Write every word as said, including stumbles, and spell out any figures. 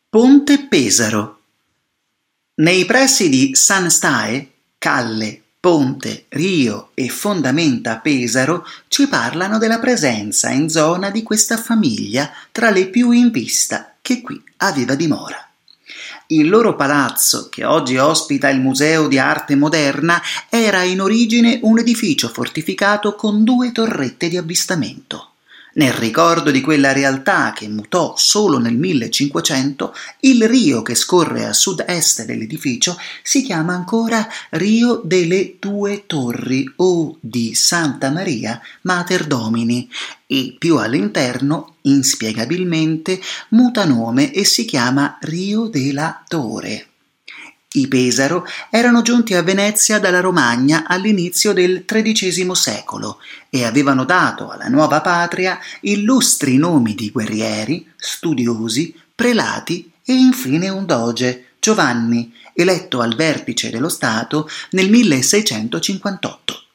Ponte Pesaro. Nei pressi di San Stae, Calle, Ponte, Rio e Fondamenta Pesaro ci parlano della presenza in zona di questa famiglia tra le più in vista che qui aveva dimora. Il loro palazzo, che oggi ospita il Museo di Arte Moderna, era in origine un edificio fortificato con due torrette di avvistamento. Nel ricordo di quella realtà che mutò solo nel millecinquecento, il rio che scorre a sud-est dell'edificio si chiama ancora Rio delle Due Torri o di Santa Maria Mater Domini e più all'interno, inspiegabilmente, muta nome e si chiama Rio della Tore. I Pesaro erano giunti a Venezia dalla Romagna all'inizio del tredicesimo secolo e avevano dato alla nuova patria illustri nomi di guerrieri, studiosi, prelati e infine un doge, Giovanni, eletto al vertice dello Stato nel milleseicentocinquantotto.